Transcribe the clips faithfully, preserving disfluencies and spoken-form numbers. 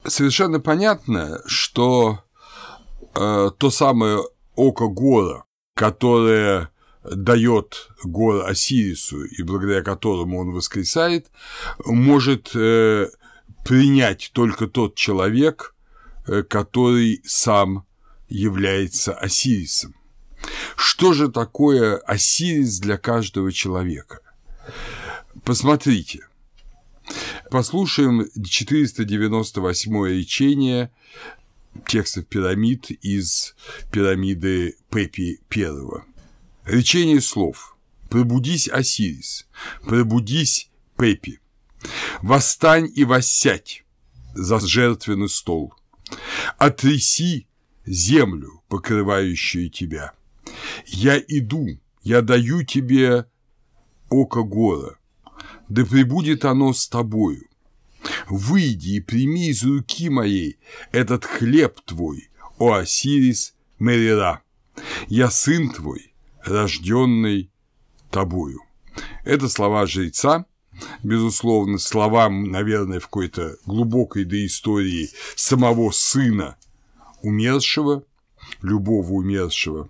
Совершенно понятно, что э, то самое око Гора, которое дает Гор Осирису и благодаря которому он воскресает, может э, принять только тот человек, э, который сам является Осирисом. Что же такое Осирис для каждого человека? Посмотрите. Послушаем четыреста девяносто восьмое речение текстов пирамид из пирамиды Пепи I. Речение слов: «Пробудись, Осирис, пробудись, Пепи, восстань и воссядь за жертвенный стол, отряси землю, покрывающую тебя. Я иду, я даю тебе око Гора, да пребудет оно с тобою. Выйди и прими из руки моей этот хлеб твой, о Осирис Мерера. Я сын твой, рожденный тобою». Это слова жреца, безусловно, слова, наверное, в какой-то глубокой доистории самого сына умершего, любого умершего.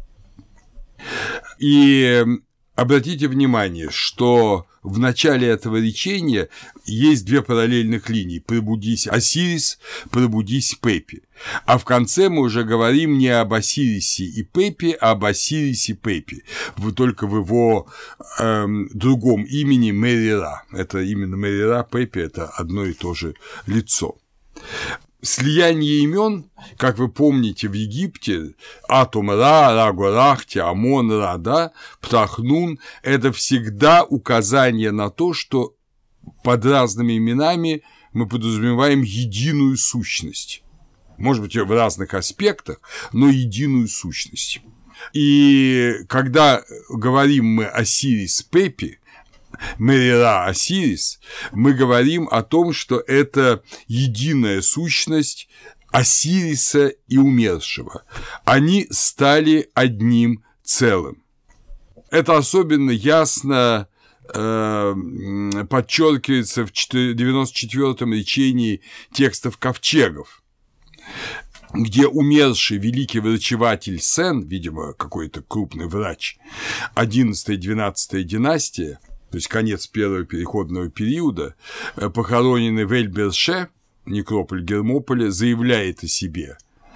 И обратите внимание, что в начале этого речения есть две параллельных линии: «Пробудись, Осирис», «Пробудись, Пепи». А в конце мы уже говорим не об Осирисе и Пепи, а об Осирисе Пепи, только в его э, другом имени Мерера. Это именно Мерера, Пепи – это одно и то же лицо. Слияние имен, как вы помните, в Египте, Атум-Ра, Ра-Горахти, Амон-Ра, да, Птахнун – это всегда указание на то, что под разными именами мы подразумеваем единую сущность. Может быть, в разных аспектах, но единую сущность. И когда говорим мы Осирис Пепи, Мерера Осирис, мы говорим о том, что это единая сущность Осириса и умершего. Они стали одним целым. Это особенно ясно э, подчеркивается в девяносто четвёртом речении текстов ковчегов, где умерший великий врачеватель Сен, видимо, какой-то крупный врач, одиннадцатая-двенадцатая династия, то есть конец первого переходного периода, похороненный в Эль-Берше, некрополь Гермополя, заявляет о себе,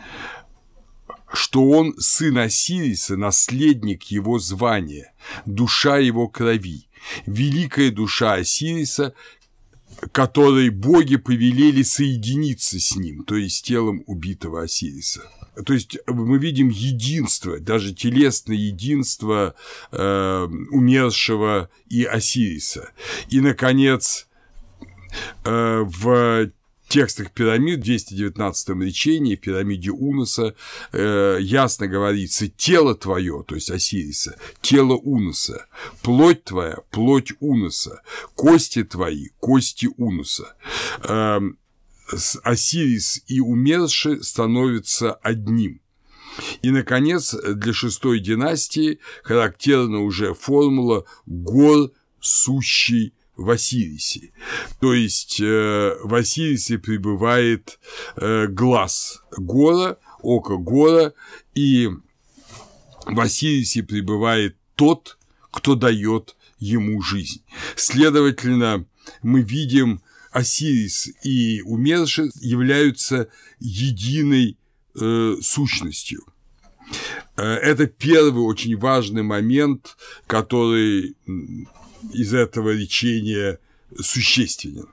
что он сын Осириса, наследник его звания, душа его крови, великая душа Осириса, которой боги повелели соединиться с ним, то есть с телом убитого Осириса. То есть мы видим единство, даже телесное единство э, умершего и Осириса. И, наконец, э, в текстах пирамид, в двести девятнадцатом речении, в пирамиде Уноса, э, ясно говорится: тело твое, то есть Осириса, тело Уноса, плоть твоя, плоть Уноса, кости твои, кости Уноса. Э, Осирис и умерший становятся одним. И, наконец, для шестой династии характерна уже формула «гор, сущий в Осирисе». То есть э, в Осирисе пребывает э, глаз Гора, око Гора, и в Осирисе пребывает тот, кто дает ему жизнь. Следовательно, мы видим, Осирис и умерший являются единой э, сущностью. Это первый очень важный момент, который из этого речения существенен.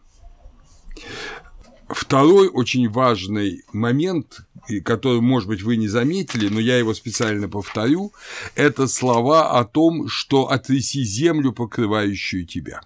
Второй очень важный момент, который, может быть, вы не заметили, но я его специально повторю, это слова о том, что «отряси землю, покрывающую тебя».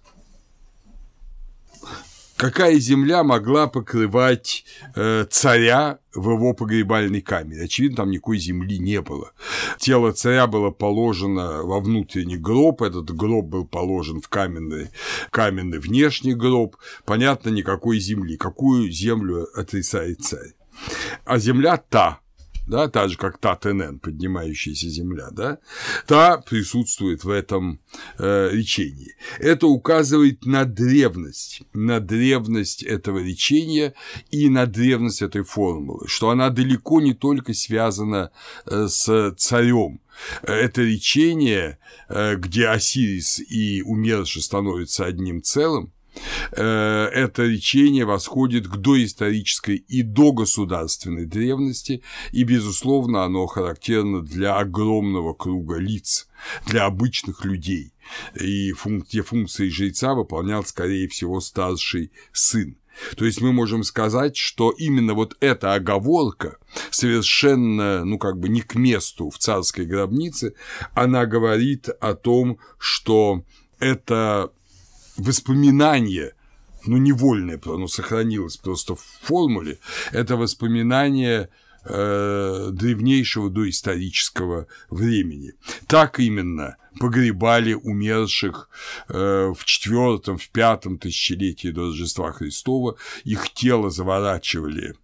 Какая земля могла покрывать э, царя в его погребальной камере? Очевидно, там никакой земли не было. Тело царя было положено во внутренний гроб, этот гроб был положен в каменный, каменный внешний гроб. Понятно, никакой земли. Какую землю отрицает царь? А земля та, да, так же, как Та-Тенен, поднимающаяся земля, да, та присутствует в этом э, речении. Это указывает на древность, на древность этого речения и на древность этой формулы, что она далеко не только связана э, с царем. Это речение, э, где Осирис и умерший становятся одним целым, это речение восходит к доисторической и догосударственной древности, и, безусловно, оно характерно для огромного круга лиц, для обычных людей, и функции, функции жреца выполнял, скорее всего, старший сын. То есть мы можем сказать, что именно вот эта оговорка совершенно, ну, как бы не к месту в царской гробнице, она говорит о том, что это воспоминание, ну, невольное, оно сохранилось просто в формуле, это воспоминание э, древнейшего доисторического времени. Так именно погребали умерших э, в четвёртом, в пятом тысячелетии до Рождества Христова, их тело заворачивали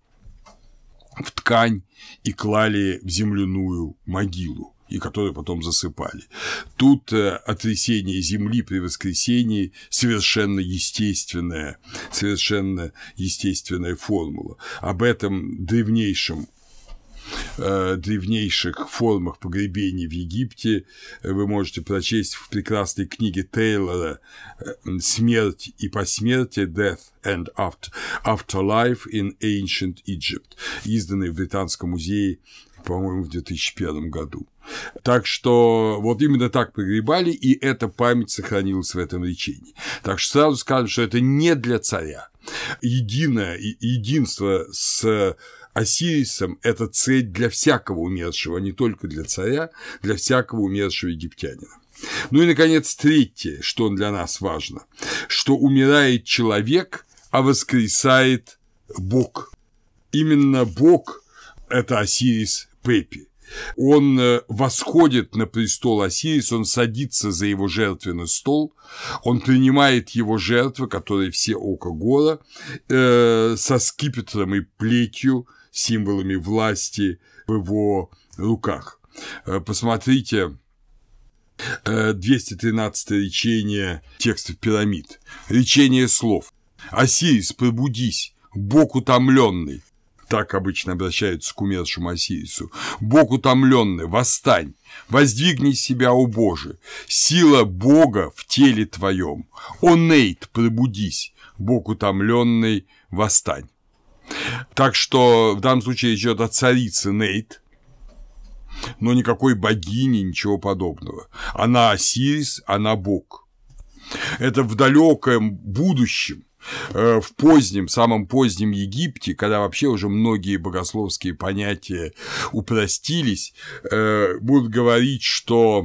в ткань и клали в земляную могилу, и которые потом засыпали. Тут отрясение земли при воскресении совершенно естественная, совершенно естественная формула. Об этом древнейшем древнейших формах погребения в Египте вы можете прочесть в прекрасной книге Тейлора «Смерть и посмертие» Death and Afterlife in Ancient Egypt, изданной в Британском музее, по-моему, в две тысячи первом году. Так что вот именно так погребали, и эта память сохранилась в этом речении. Так что сразу скажем, что это не для царя. Единое единство с Осирисом – это цель для всякого умершего, не только для царя, для всякого умершего египтянина. Ну и, наконец, третье, что для нас важно, что умирает человек, а воскресает Бог. Именно Бог – это Осирис Пепи. Он восходит на престол Осириса, он садится за его жертвенный стол, он принимает его жертвы, которые все око Гора, э, со скипетром и плетью, символами власти в его руках. Посмотрите двести тринадцатое речение текстов пирамид. Речение слов. «Осирис, пробудись, Бог утомленный». Так обычно обращаются к умершему Осирису. «Бог утомленный, восстань, воздвигни себя, о Боже, сила Бога в теле твоем. О Нейт, пробудись, Бог утомленный, восстань». Так что в данном случае речь идет о царице Нейт, но никакой богини, ничего подобного. Она Осирис, она Бог. Это в далеком будущем, в позднем, самом позднем Египте, когда вообще уже многие богословские понятия упростились, будут говорить, что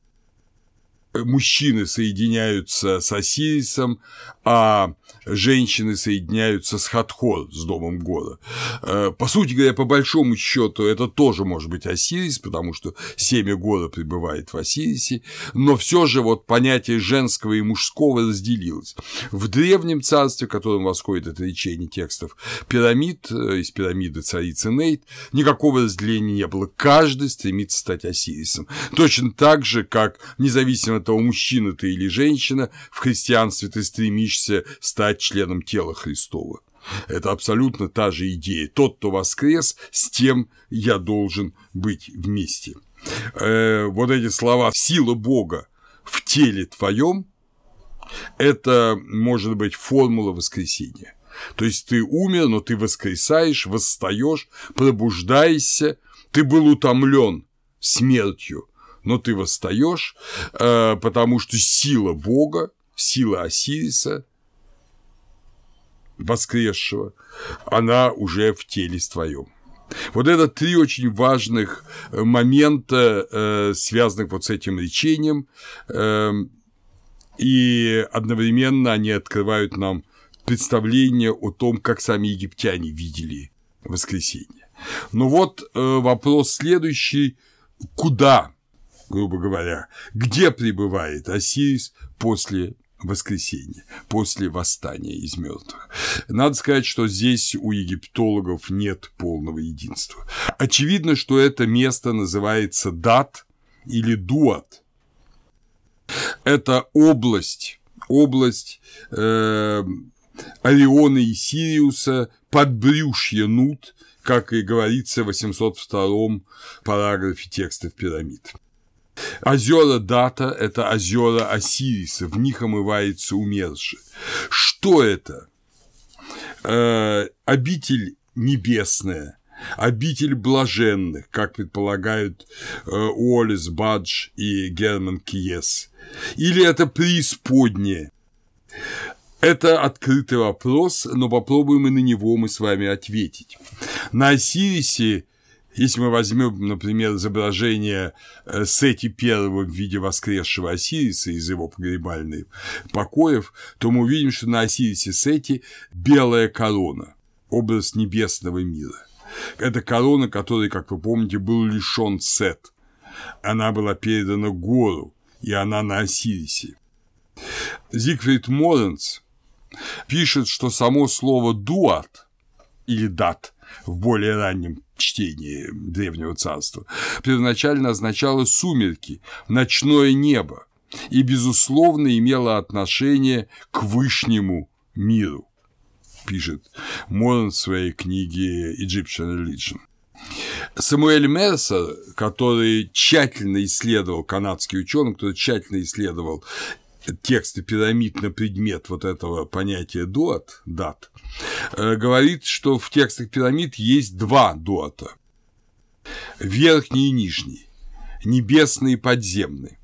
мужчины соединяются с Осирисом, а женщины соединяются с Хатхор, с домом Гора. По сути говоря, по большому счету, это тоже может быть Осирис, потому что семя Гора пребывает в Осирисе, но все же вот понятие женского и мужского разделилось. В древнем царстве, в котором восходит это речение текстов пирамид, из пирамиды царицы Нейт, никакого разделения не было. Каждый стремится стать Осирисом. Точно так же, как независимо от того, мужчина ты или женщина, в христианстве ты стремишься стать членом тела Христова. Это абсолютно та же идея. Тот, кто воскрес, с тем я должен быть вместе. Э, вот эти слова «сила Бога в теле твоем» – это может быть формула воскресения. То есть ты умер, но ты воскресаешь, восстаешь, пробуждаешься, ты был утомлен смертью, но ты восстаешь, э, потому что сила Бога, сила Осириса, воскресшего, она уже в теле твоем. Вот это три очень важных момента, э, связанных вот с этим речением, э, и одновременно они открывают нам представление о том, как сами египтяне видели воскресение. Но вот э, вопрос следующий: куда, грубо говоря, где пребывает Осирис после воскресенье, после восстания из мертвых. Надо сказать, что здесь у египтологов нет полного единства. Очевидно, что это место называется Дат или Дуат. Это область, область э, Ориона и Сириуса, подбрюшье Нут, как и говорится в восемьсот втором параграфе текстов пирамид. Озера Дата – это озера Осириса, в них омывается умерший. Что это? Э, обитель небесная, обитель блаженных, как предполагают э, Уоллес Бадж и Герман Кьес. Или это преисподняя? Это открытый вопрос, но попробуем и на него мы с вами ответить. На Осирисе, если мы возьмем, например, изображение Сети первого в виде воскресшего Осириса из его погребальных покоев, то мы увидим, что на Осирисе Сети белая корона, образ небесного мира. Это корона, которой, как вы помните, был лишен Сет. Она была передана Гору, и она на Осирисе. Зигфрид Моренц пишет, что само слово «дуат» или «дат» в более раннем чтении Древнего Царства первоначально означало «сумерки», «ночное небо» и, безусловно, имело отношение к вышнему миру, пишет Моренц в своей книге «Egyptian Religion». Самуэль Мерсер, который тщательно исследовал, канадский ученый, который тщательно исследовал тексты пирамид на предмет вот этого понятия дуат, дат, говорит, что в текстах пирамид есть два дуата – верхний и нижний, небесный и подземный.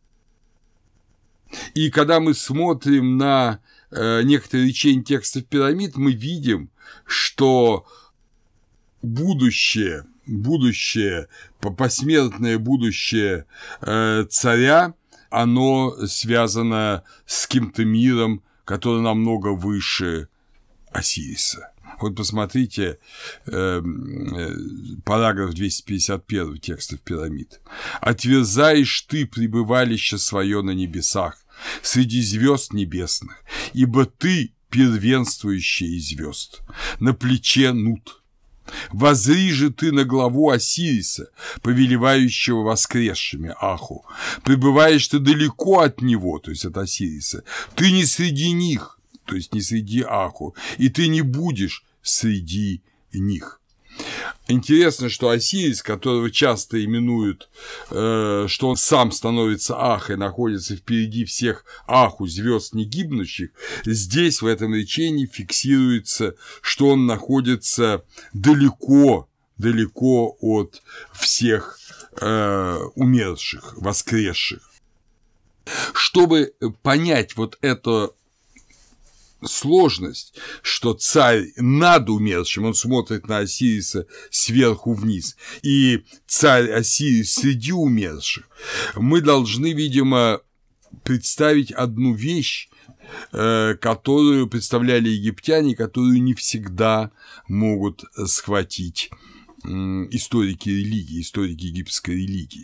И когда мы смотрим на некоторые речения текстов пирамид, мы видим, что будущее, будущее, посмертное будущее царя, оно связано с каким-то миром, который намного выше Осириса. Вот посмотрите э, э, параграф двести пятьдесят один текстов пирамид. «Отверзаешь ты пребывалище свое на небесах, среди звезд небесных, ибо ты первенствующий из звезд, на плече Нут. Воззри же ты на главу Осириса, повелевающего воскресшими, Аху. Пребываешь ты далеко от него, то есть от Осириса. Ты не среди них, то есть не среди Аху, и ты не будешь среди них». Интересно, что Осирис, которого часто именуют, э, что он сам становится Ах и находится впереди всех Аху, звезд не гибнущих, здесь в этом речении фиксируется, что он находится далеко, далеко от всех э, умерших, воскресших. Чтобы понять вот это сложность, что царь над умершим, он смотрит на Осириса сверху вниз, и царь Осирис среди умерших, мы должны, видимо, представить одну вещь, которую представляли египтяне, которую не всегда могут схватить историки религии, историки египетской религии.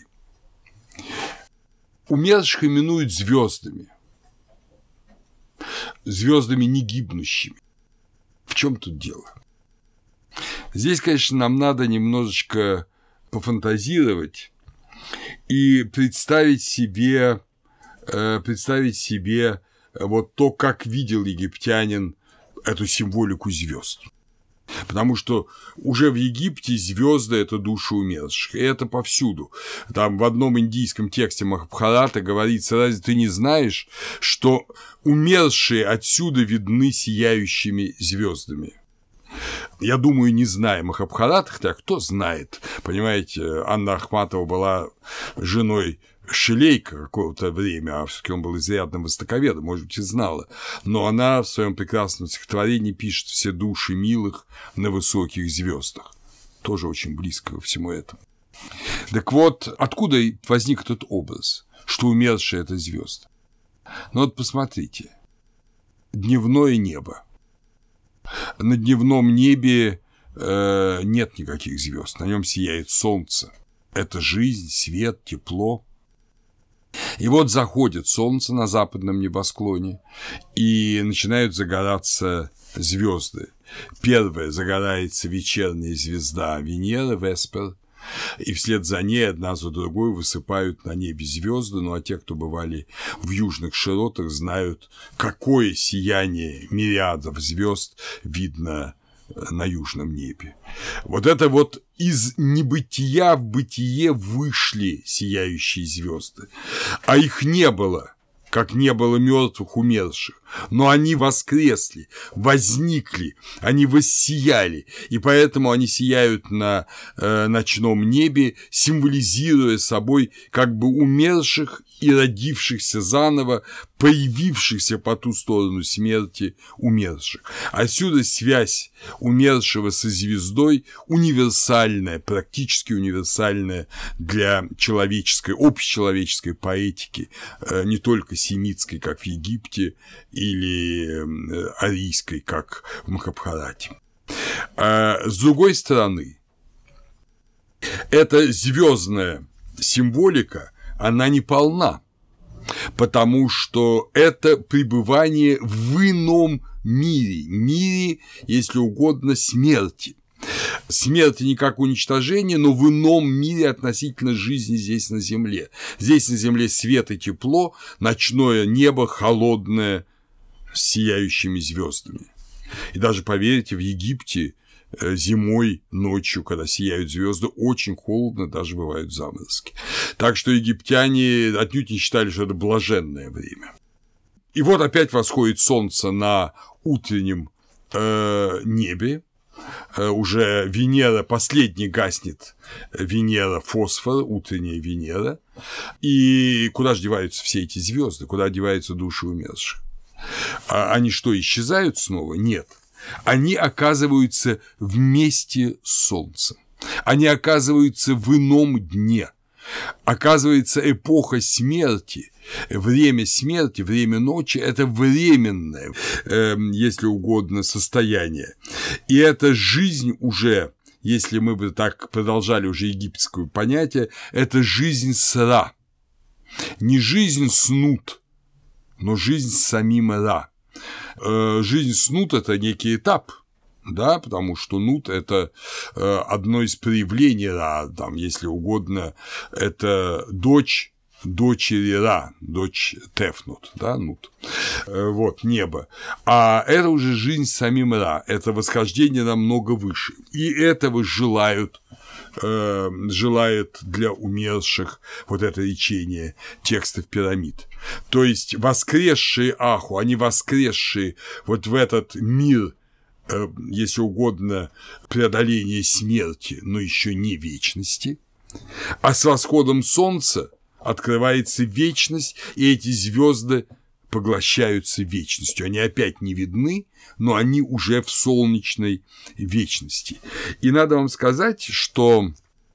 Умерших именуют звездами. Звездами негибнущими. В чем тут дело? Здесь, конечно, нам надо немножечко пофантазировать и представить себе, представить себе вот то, как видел египтянин эту символику звезд. Потому что уже в Египте звезды – это души умерших, и это повсюду. Там в одном индийском тексте Махабхарата говорится: разве ты не знаешь, что умершие отсюда видны сияющими звездами? Я думаю, не зная Махабхарата, хотя кто знает, понимаете, Анна Ахматова была женой Шилейка какое-то время, а все-таки он был изрядным востоковедом, может быть, и знала, но она в своем прекрасном стихотворении пишет: «Все души милых на высоких звездах». Тоже очень близко ко всему этому. Так вот, откуда возник этот образ, что умершие – это звезды? Ну вот посмотрите, дневное небо. На дневном небе э, нет никаких звезд, на нем сияет солнце. Это жизнь, свет, тепло. И вот заходит солнце на западном небосклоне, и начинают загораться звезды. Первая загорается вечерняя звезда Венера, Веспер, и вслед за ней одна за другой высыпают на небе звезды. Ну а те, кто бывали в южных широтах, знают, какое сияние мириадов звезд видно на южном небе. Вот это вот из небытия в бытие вышли сияющие звезды, а их не было, как не было мертвых умерших, но они воскресли, возникли, они воссияли, и поэтому они сияют на э, ночном небе, символизируя собой как бы умерших и родившихся заново, появившихся по ту сторону смерти умерших. Отсюда связь умершего со звездой универсальная, практически универсальная для человеческой, общечеловеческой поэтики, э, не только семитской, как в Египте, или арийской, как в Махабхарате. А с другой стороны, эта звездная символика, она не полна, потому что это пребывание в ином мире, мире, если угодно, смерти. Смерти не как уничтожение, но в ином мире относительно жизни здесь на Земле. Здесь на Земле свет и тепло, ночное небо холодное, с сияющими звездами. И даже, поверьте, в Египте зимой, ночью, когда сияют звезды, очень холодно, даже бывают заморозки. Так что египтяне отнюдь не считали, что это блаженное время. И вот опять восходит солнце на утреннем э, небе. Э, уже Венера, последний гаснет Венера, фосфор, утренняя Венера. И куда же деваются все эти звезды? Куда деваются души умерших? А они что, исчезают снова? Нет. Они оказываются вместе с солнцем. Они оказываются в ином дне. Оказывается, эпоха смерти, время смерти, время ночи – это временное, э, если угодно, состояние. И эта жизнь уже, если мы бы так продолжали уже египетское понятие, это жизнь Ра. Не жизнь Снут, но жизнь с самим Ра. Жизнь с Нут – это некий этап, да, потому что Нут – это одно из проявлений Ра, там, если угодно, это дочь дочери Ра, дочь Тефнут, да, Нут, вот, небо. А это уже жизнь с самим Ра, это восхождение намного выше, и этого желают желает для умерших вот это речение текстов пирамид. То есть воскресшие Аху, они воскресшие вот в этот мир, если угодно, преодоления смерти, но еще не вечности, а с восходом солнца открывается вечность, и эти звезды поглощаются вечностью. Они опять не видны, но они уже в солнечной вечности. И надо вам сказать, что,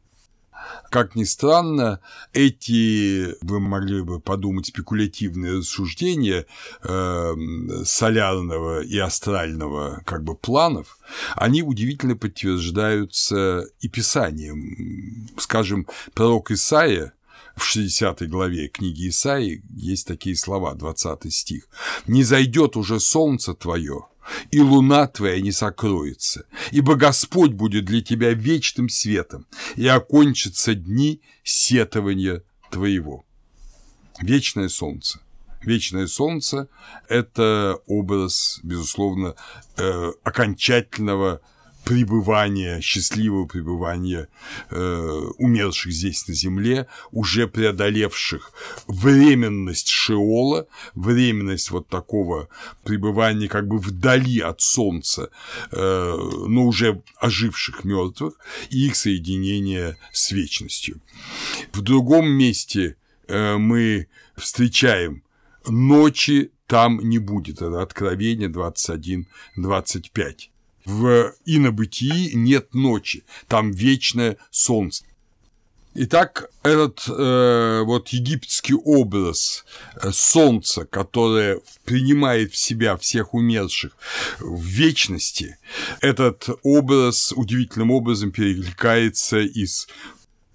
как ни странно, эти, вы могли бы подумать, спекулятивные рассуждения э, солярного и астрального как бы планов, они удивительно подтверждаются и Писанием. Скажем, пророк Исаия в шестидесятой главе книги Исаии есть такие слова, двадцатый стих. «Не зайдет уже солнце твое, и луна твоя не сокроется, ибо Господь будет для тебя вечным светом, и окончатся дни сетования твоего». Вечное солнце. Вечное солнце – это образ, безусловно, э, окончательного пребывания, счастливого пребывания э, умерших здесь на земле, уже преодолевших временность Шеола, временность вот такого пребывания как бы вдали от солнца, э, но уже оживших мертвых, и их соединение с вечностью. В другом месте э, мы встречаем «ночи там не будет», это Откровение двадцать один двадцать пять. В инобытии нет ночи, там вечное солнце. Итак, этот э, вот египетский образ солнца, которое принимает в себя всех умерших в вечности, этот образ удивительным образом перекликается и с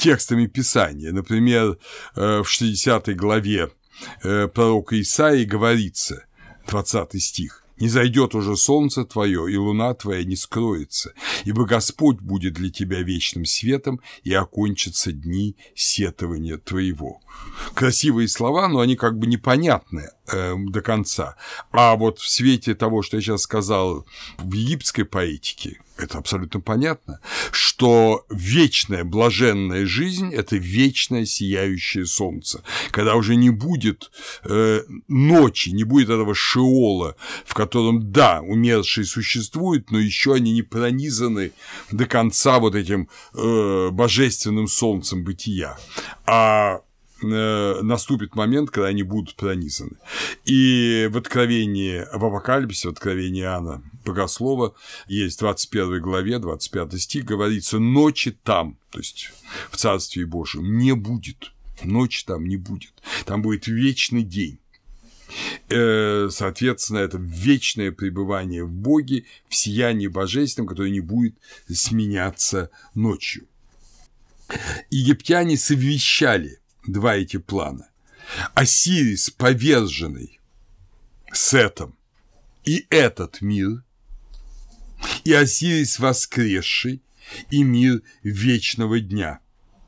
текстами Писания. Например, в шестидесятой главе пророка Исаии говорится, двадцатый стих: «Не зайдет уже солнце твое, и луна твоя не скроется, ибо Господь будет для тебя вечным светом, и окончатся дни сетования твоего». Красивые слова, но они как бы непонятны э, до конца. А вот в свете того, что я сейчас сказал в египетской поэтике, это абсолютно понятно, что вечная блаженная жизнь – это вечное сияющее солнце, когда уже не будет э, ночи, не будет этого шеола, в котором, да, умершие существуют, но еще они не пронизаны до конца вот этим э, божественным солнцем бытия, а наступит момент, когда они будут пронизаны. И в Откровении, в Апокалипсисе, в Откровении Иоанна Богослова есть в двадцать первой главе, двадцать пятый стих, говорится: «Ночи там», то есть в Царстве Божьем, не будет, ночи там не будет, там будет вечный день. Соответственно, это вечное пребывание в Боге, в сиянии божественном, которое не будет сменяться ночью. Египтяне совмещали два эти плана. Осирис, поверженный Сетом, и этот мир, и Осирис, воскресший, и мир вечного дня.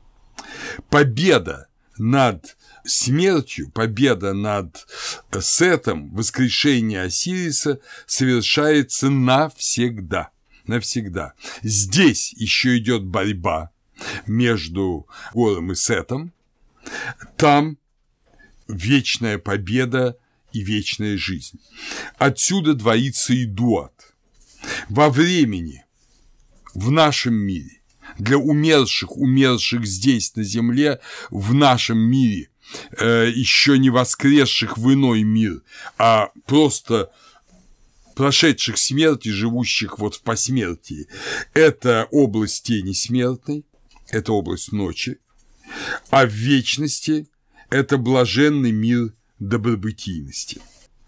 Победа над смертью, победа над Сетом, воскрешение Осириса совершается навсегда. Навсегда. Здесь еще идет борьба между Гором и Сетом. Там вечная победа и вечная жизнь. Отсюда двоится и дуат. Во времени, в нашем мире, для умерших, умерших здесь, на земле, в нашем мире, э, еще не воскресших в иной мир, а просто прошедших смерти, живущих вот в посмертии, это область тени смертной, это область ночи. А в вечности – это блаженный мир добробытийности.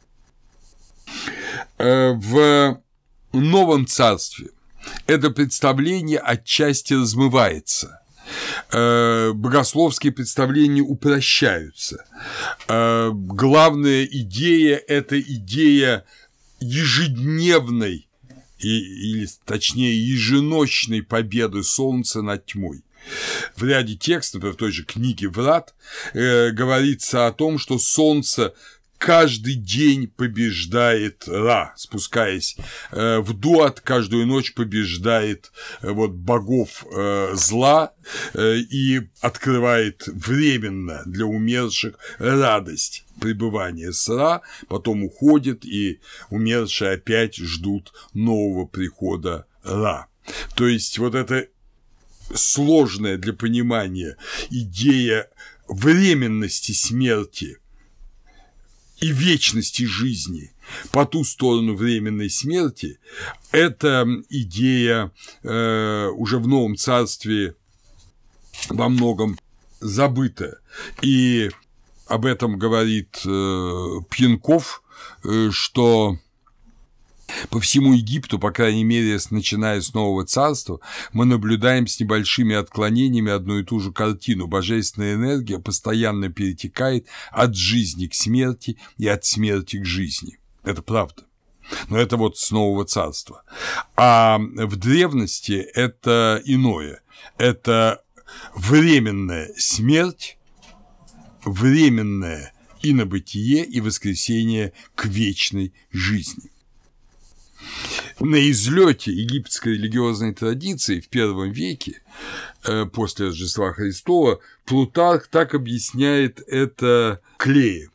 В новом царстве это представление отчасти размывается. Богословские представления упрощаются. Главная идея – это идея ежедневной, или точнее еженочной победы солнца над тьмой. В ряде текстов, например, в той же книге Врат, э, говорится о том, что солнце каждый день побеждает Ра, спускаясь э, в дуат, каждую ночь побеждает э, вот, богов э, зла э, и открывает временно для умерших радость пребывания с Ра, потом уходит, и умершие опять ждут нового прихода Ра. То есть вот это сложная для понимания идея временности смерти и вечности жизни по ту сторону временной смерти, эта идея э, уже в Новом Царстве во многом забыта. И об этом говорит э, Пьянков, э, что по всему Египту, по крайней мере, начиная с Нового Царства, мы наблюдаем с небольшими отклонениями одну и ту же картину. Божественная энергия постоянно перетекает от жизни к смерти и от смерти к жизни. Это правда. Но это вот с Нового Царства. А в древности это иное. Это временная смерть, временное инобытие и воскресение к вечной жизни. На излете египетской религиозной традиции в первом веке, после Рождества Христова, Плутарх так объясняет это Клее,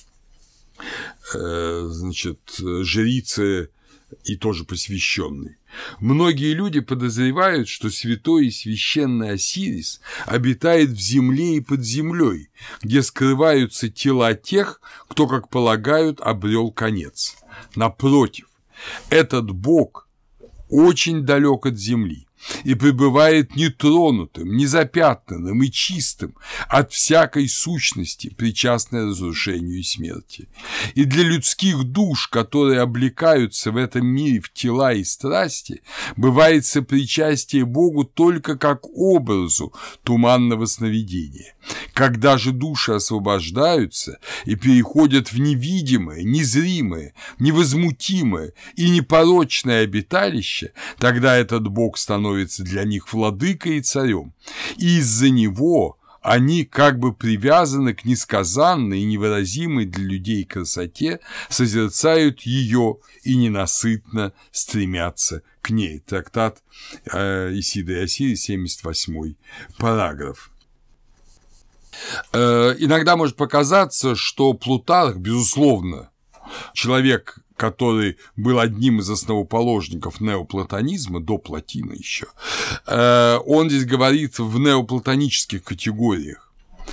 значит, жрице и тоже посвященной. Многие люди подозревают, что святой и священный Осирис обитает в земле и под землей, где скрываются тела тех, кто, как полагают, обрел конец. Напротив, этот бог очень далек от земли, и пребывает нетронутым, незапятнанным и чистым от всякой сущности, причастной разрушению и смерти. И для людских душ, которые облекаются в этом мире в тела и страсти, бывает сопричастие Богу только как образу туманного сновидения. Когда же души освобождаются и переходят в невидимое, незримое, невозмутимое и непорочное обиталище, тогда этот Бог становится для них владыкой и царем, и из-за него они, как бы привязаны к несказанной и невыразимой для людей красоте, созерцают ее и ненасытно стремятся к ней. Трактат э, Исида и Осирис, семьдесят восьмой параграф. Э, иногда может показаться, что Плутарх, безусловно, человек, который был одним из основоположников неоплатонизма, до Платина еще, он здесь говорит в неоплатонических категориях.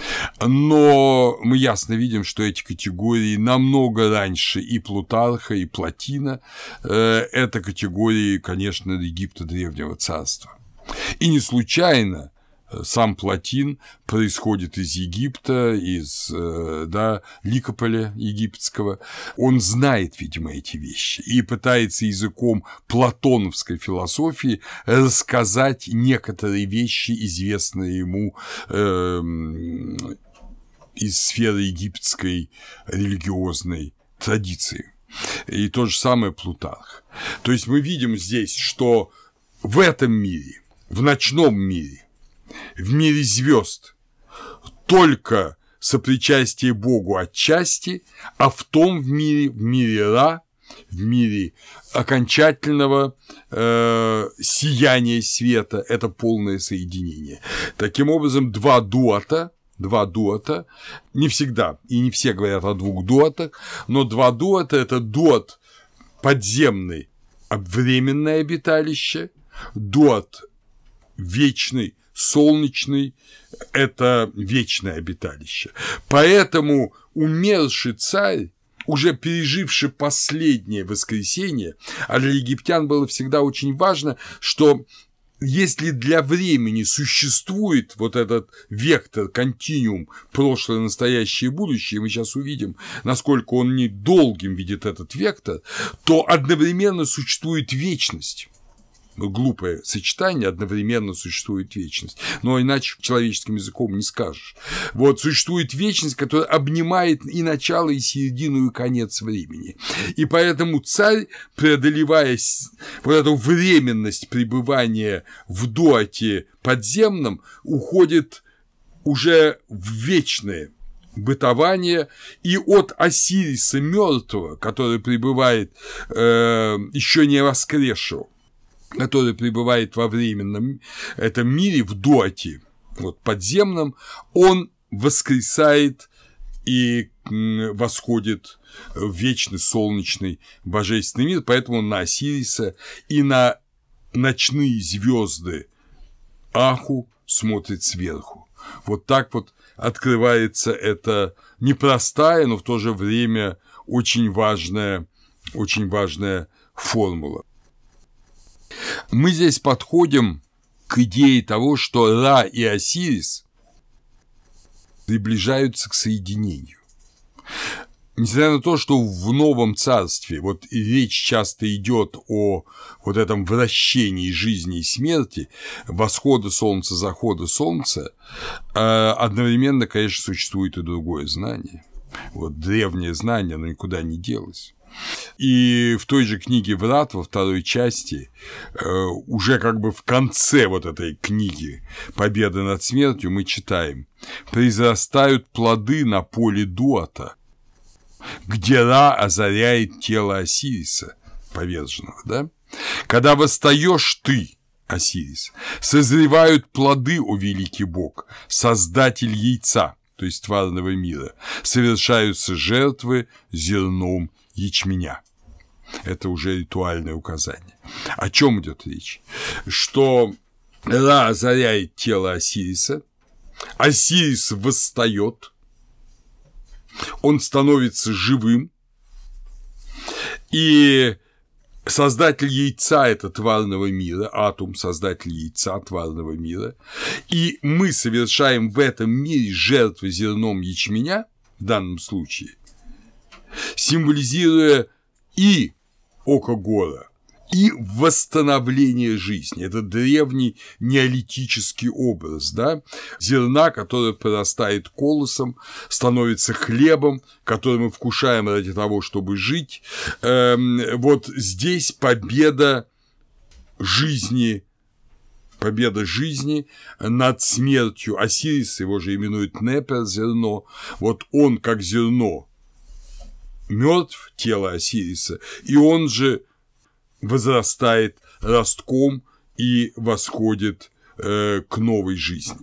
Но мы ясно видим, что эти категории намного раньше и Плутарха, и Платина. Это категории, конечно, Египта Древнего Царства. И не случайно сам Платин происходит из Египта, из да, Ликополя египетского. Он знает, видимо, эти вещи и пытается языком платоновской философии рассказать некоторые вещи, известные ему э, из сферы египетской религиозной традиции. И то же самое Плутарх. То есть мы видим здесь, что в этом мире, в ночном мире, в мире звезд только сопричастие Богу отчасти, а в том в мире, в мире Ра, в мире окончательного э, сияния света, это полное соединение. Таким образом, два дуата, два дуата, не всегда, и не все говорят о двух дуатах, но два дуата – это дуат подземный, временное обиталище, дуат вечный, солнечный – это вечное обиталище. Поэтому умерший царь, уже переживший последнее воскресенье, а для египтян было всегда очень важно, что если для времени существует вот этот вектор, континуум, прошлое, настоящее, будущее, мы сейчас увидим, насколько он недолгим видит этот вектор, то одновременно существует вечность. Глупое сочетание, одновременно существует вечность, но иначе человеческим языком не скажешь. Вот существует вечность, которая обнимает и начало, и середину, и конец времени. И поэтому царь, преодолевая вот эту временность пребывания в дуате подземном, уходит уже в вечное бытование, и от Осириса мертвого, который пребывает э, еще не воскресшего, который пребывает во временном этом мире, в дуате, вот, подземном, он воскресает и восходит в вечный солнечный божественный мир, поэтому на Осириса и на ночные звезды Аху смотрит сверху. Вот так вот открывается эта непростая, но в то же время очень важная, очень важная формула. Мы здесь подходим к идее того, что Ра и Осирис приближаются к соединению. Несмотря на то, что в Новом Царстве вот речь часто идет о вот этом вращении жизни и смерти, восхода солнца, захода солнца, одновременно, конечно, существует и другое знание. Вот древнее знание, оно никуда не делось. И в той же книге «Врат», во второй части, уже как бы в конце вот этой книги «Победа над смертью» мы читаем: «Произрастают плоды на поле дуата, где Ра озаряет тело Осириса, поверженного, да? Когда восстаешь ты, Осирис, созревают плоды, о великий бог, создатель яйца, то есть тварного мира, совершаются жертвы зерном ячменя». Это уже ритуальное указание. О чем идет речь? Что Ра озаряет тело Осириса, Осирис восстает, он становится живым, и создатель яйца – это тварного мира, атум – создатель яйца тварного мира, и мы совершаем в этом мире жертвы зерном ячменя, в данном случае, символизируя и око Гора, и восстановление жизни. Это древний неолитический образ, да? Зерна, которое прорастает колосом, становится хлебом, который мы вкушаем ради того, чтобы жить. Эм, вот здесь победа жизни, победа жизни над смертью. Осирис, его же именуют Непер, зерно. Вот он, как зерно, мертв, тело Осириса, и он же возрастает ростком и восходит э, к новой жизни.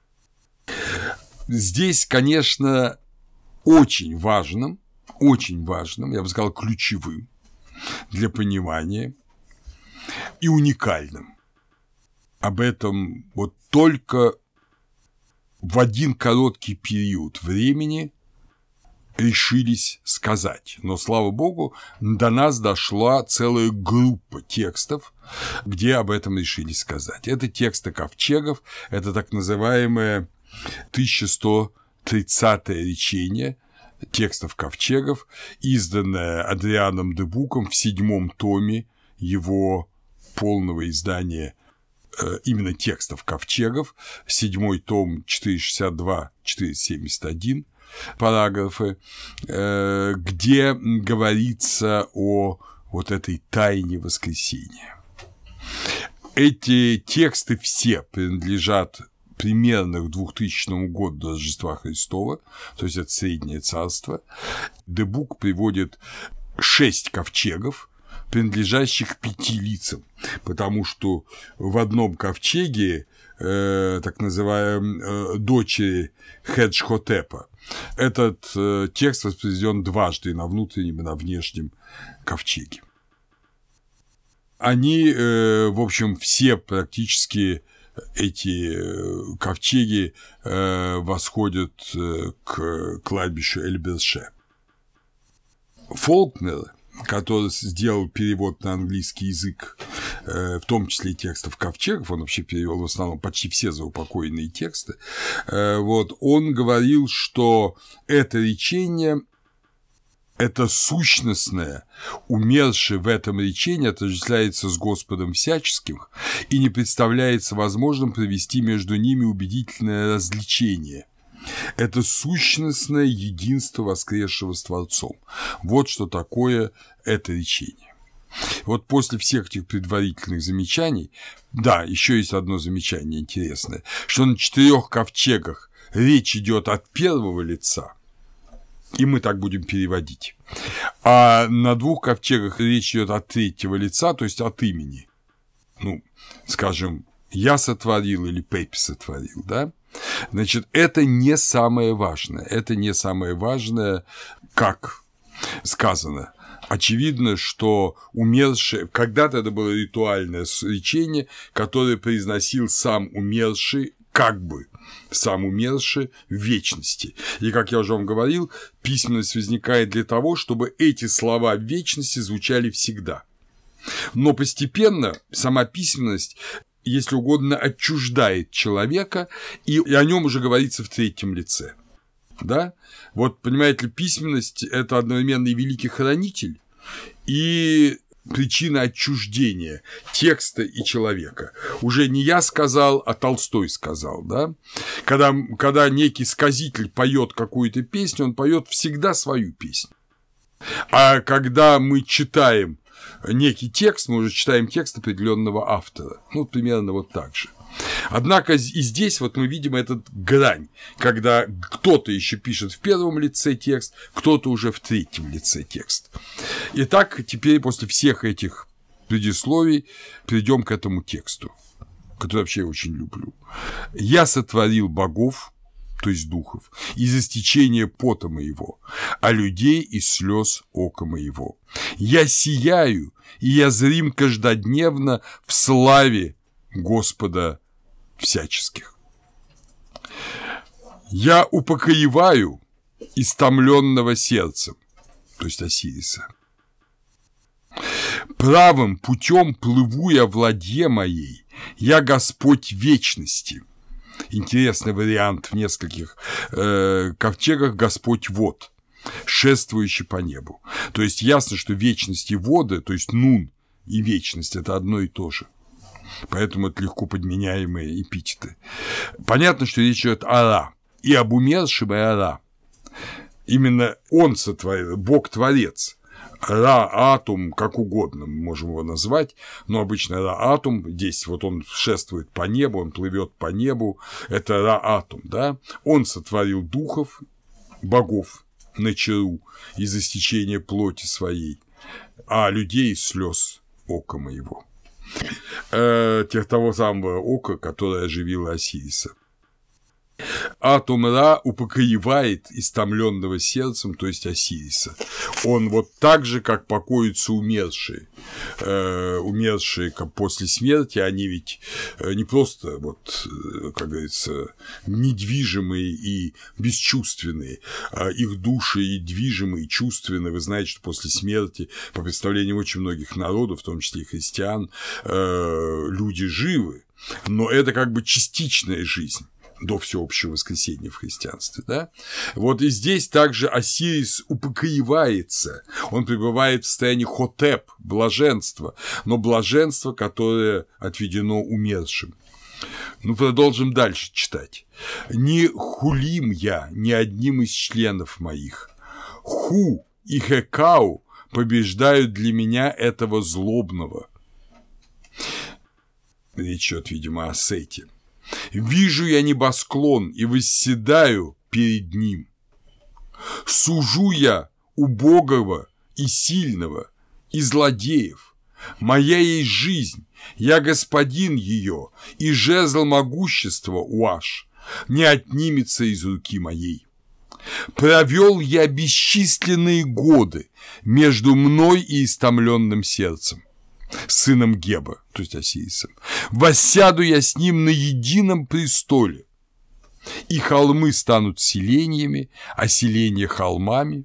Здесь, конечно, очень важным, очень важным, я бы сказал, ключевым для понимания и уникальным. Об этом вот только в один короткий период времени решились сказать. Но, слава богу, до нас дошла целая группа текстов, где об этом решились сказать. Это тексты ковчегов, это так называемое тысяча сто тридцатое речение текстов ковчегов, изданное Адрианом де Буком в седьмом томе его полного издания именно текстов ковчегов, седьмой том четыреста шестьдесят два — четыреста семьдесят один параграфы, где говорится о вот этой тайне воскресения. Эти тексты все принадлежат примерно к двухтысячному году до Рождества Христова, то есть это Среднее Царство. Де Бук приводит шесть ковчегов, принадлежащих пяти лицам, потому что в одном ковчеге э, так называемой э, дочери Хеджхотепа этот э, текст воспроизведен дважды на внутреннем и на внешнем ковчеге. Они, э, в общем, все практически эти э, ковчеги э, восходят э, к кладбищу Эль-Берше. Фолкнер, который сделал перевод на английский язык, в том числе и текстов ковчегов, он вообще перевел в основном почти все заупокоенные тексты, вот, он говорил, что это речение – это сущностное, умершее в этом речении отождествляется с Господом всяческим и не представляется возможным провести между ними убедительное различение. Это сущностное единство воскресшего с Творцом. Вот что такое это речение. Вот после всех этих предварительных замечаний, да, еще есть одно замечание интересное, что на четырех ковчегах речь идет от первого лица, и мы так будем переводить, а на двух ковчегах речь идет от третьего лица, то есть от имени. Ну, скажем, я сотворил или Пеппи сотворил, да? Значит, это не самое важное. Это не самое важное, как сказано. Очевидно, что умерший, когда-то это было ритуальное речение, которое произносил сам умерший, как бы сам умерший в вечности. И, как я уже вам говорил, письменность возникает для того, чтобы эти слова в вечности звучали всегда. Но постепенно сама письменность, если угодно, отчуждает человека, и о нем уже говорится в третьем лице. Да? Вот, понимаете ли, письменность – это одновременно и великий хранитель, и причина отчуждения текста и человека. Уже не я сказал, а Толстой сказал. Да? Когда, когда некий сказитель поет какую-то песню, он поет всегда свою песню. А когда мы читаем некий текст, мы уже читаем текст определенного автора. Ну, примерно вот так же. Однако и здесь вот мы видим этот грань, когда кто-то еще пишет в первом лице текст, кто-то уже в третьем лице текст. Итак, теперь после всех этих предисловий перейдем к этому тексту, который вообще я очень люблю. «Я сотворил богов, то есть духов, из истечения пота моего, а людей из слез ока моего. Я сияю, и я зрим каждодневно в славе Господа всяческих. Я упокоеваю истомленного сердцем», то есть Осириса, Правым путем плыву я в ладье моей, я Господь вечности. Интересный вариант в нескольких э, ковчегах Господь вод, шествующий по небу. То есть ясно, что вечность и воды, то есть нун и вечность – это одно и то же. Поэтому это легко подменяемые эпитеты. Понятно, что речь идет о Ра, и об умершем, и о Ра. Именно он сотворил, Бог-творец. Ра-атум, как угодно мы можем его назвать, но обычно Ра-атум, здесь вот он шествует по небу, он плывет по небу, это Ра-атум, да, он сотворил духов, богов на чару из истечения плоти своей, а людей из слез ока моего, э, тех того самого ока, которое оживило Осириса. Атум Ра упокоевает истомленного сердцем, то есть Осириса. Он вот так же, как покоятся умершие. Э, умершие как после смерти, они ведь не просто, вот, как говорится, недвижимые и бесчувственные, а их души и движимые, и чувственные. Вы знаете, что после смерти, по представлениям очень многих народов, в том числе и христиан, э, люди живы, но это как бы частичная жизнь до всеобщего воскресения в христианстве, да? Вот и здесь также Осирис упокоевается, он пребывает в состоянии хотеп, блаженства, но блаженство, которое отведено умершим. Ну, продолжим дальше читать. «Не хулим я ни одним из членов моих. Ху и Хекау побеждают для меня этого злобного». Речь идет, видимо, о Сете. «Вижу я небосклон и восседаю перед ним. Сужу я убогого и сильного, и злодеев. Моя есть жизнь, я господин ее, и жезл могущества Уаш не отнимется из руки моей. Провел я бесчисленные годы между мной и истомленным сердцем, сыном Геба, то есть Осирисом. Воссяду я с ним на едином престоле, и холмы станут селениями, а селения холмами.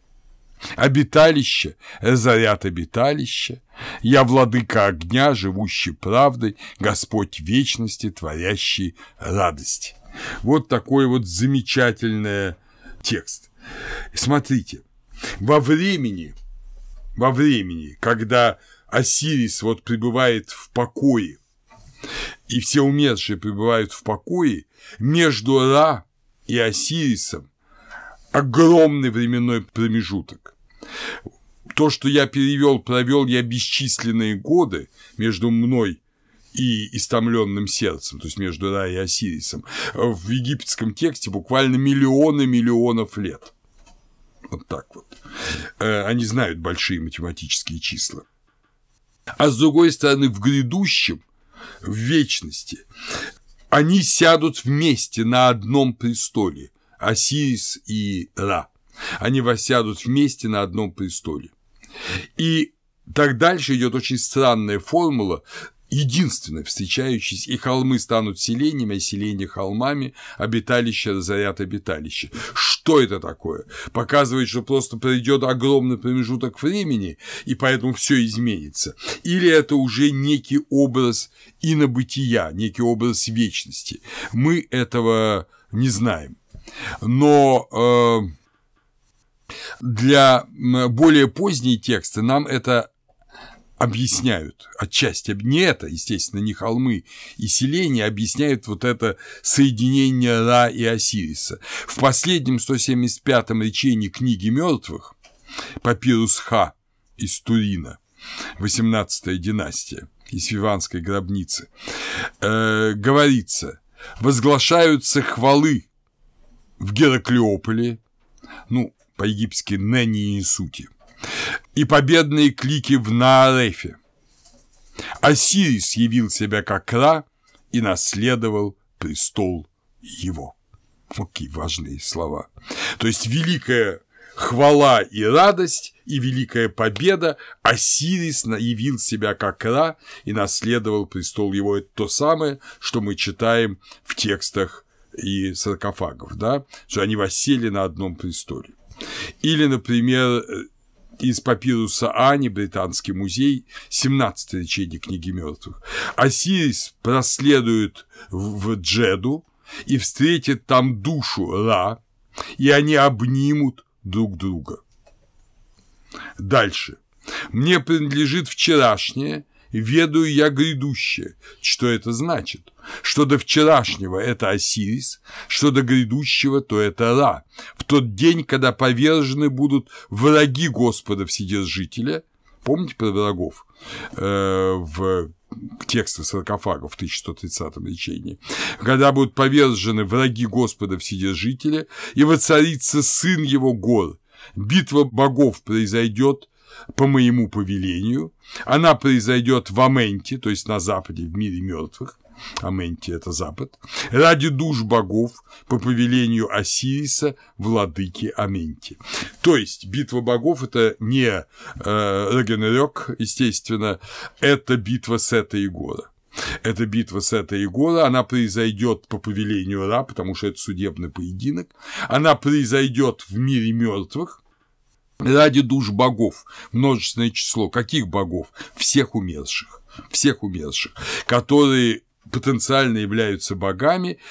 Обиталище разорят обиталище, я владыка огня, живущий правдой, Господь вечности, творящий радость». Вот такой вот замечательный текст. Смотрите, во времени, во времени, когда Осирис вот пребывает в покое, и все умершие пребывают в покое, между Ра и Осирисом огромный временной промежуток. То, что я перевел, провел я бесчисленные годы между мной и истомленным сердцем, то есть между Ра и Осирисом, в египетском тексте буквально миллионы миллионов лет. Вот так вот. Они знают большие математические числа. А с другой стороны, в грядущем, в вечности, они сядут вместе на одном престоле, Осирис и Ра. Они воссядут вместе на одном престоле. И так дальше идет очень странная формула, единственная встречающаяся: и холмы станут селениями, а селения холмами, обиталище разорят обиталище. Что это такое? Показывает, что просто пройдет огромный промежуток времени, и поэтому все изменится. Или это уже некий образ инобытия, некий образ вечности. Мы этого не знаем. Но э, для более поздние тексты нам это объясняют отчасти. Не это, естественно, не холмы и селения, объясняют вот это соединение Ра и Осириса. В последнем сто семьдесят пятом речении книги мертвых, папирус Ха из Турина, восемнадцатая династия, из Фиванской гробницы, э, говорится: возглашаются хвалы в Гераклеополе, ну, по-египетски Нени-Сути, и победные клики в Наарефе. Осирис явил себя как Ра и наследовал престол его. Какие важные слова. То есть великая хвала и радость, и великая победа. Осирис явил себя как Ра и наследовал престол его. Это то самое, что мы читаем в текстах и саркофагов, да, что они воссели на одном престоле. Или, например, из папируса Ани, Британский музей, семнадцатое речение книги мертвых. Осирис проследует в Джеду и встретит там душу Ра, и они обнимут друг друга. Дальше. «Мне принадлежит вчерашнее, ведаю я грядущее». Что это значит? Что до вчерашнего – это Осирис, что до грядущего – то это Ра. В тот день, когда повержены будут враги Господа Вседержителя, помните про врагов э, в тексте саркофагов в тысяча сто тридцатом речении, когда будут повержены враги Господа Вседержителя, и воцарится сын его гор. Битва богов произойдет по моему повелению, она произойдет в Аменте, то есть на западе, в мире мертвых. Аменте – это запад, ради душ богов по повелению Осириса, владыки Аменте. То есть битва богов – это не э, Рагнарёк, естественно, это битва Сета и Гора. Эта битва Сета и Гора, она произойдет по повелению Ра, потому что это судебный поединок, она произойдет в мире мертвых, ради душ богов, множественное число. Каких богов? Всех умерших, всех умерших, которые потенциально являются богами,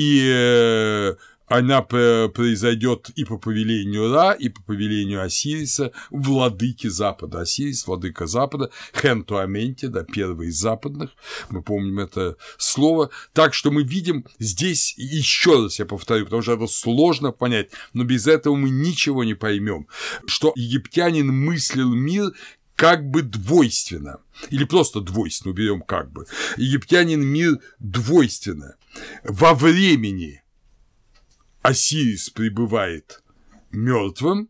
и она произойдет и по повелению Ра, и по повелению Осириса, владыки Запада. Осирис, владыка Запада, Хенту Аменте, да, первый из западных, мы помним это слово. Так что мы видим здесь, еще раз я повторю, потому что это сложно понять, но без этого мы ничего не поймем, что египтянин мыслил мир как бы двойственно, или просто двойственно, уберем как бы. Египтянин мир двойственно. Во времени Осирис пребывает мертвым,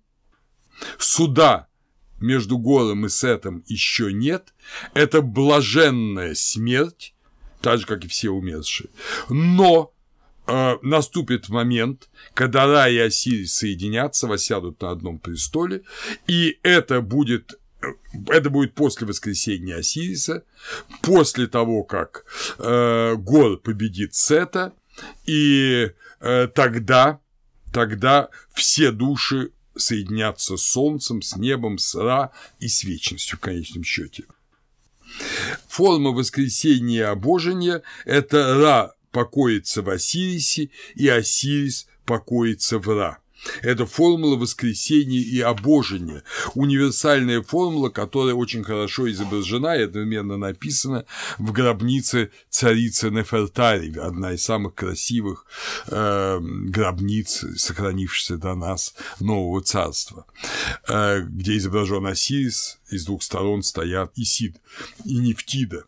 суда между Гором и Сетом еще нет, это блаженная смерть, так же, как и все умершие, но э, наступит момент, когда Ра и Осирис соединятся, воссядут на одном престоле, и это будет Это будет после воскресения Осириса, после того, как э, Гор победит Сета, и э, тогда, тогда все души соединятся с Солнцем, с небом, с Ра и с вечностью в конечном счете. Форма воскресения и обожения – это Ра покоится в Осирисе, и Осирис покоится в Ра. Это формула воскресения и обожения, универсальная формула, которая очень хорошо изображена и одновременно написана в гробнице царицы Нефертари, одна из самых красивых э, гробниц, сохранившихся до нас, Нового Царства, э, где изображен Осирис, и с двух сторон стоят Исид и Нефтида.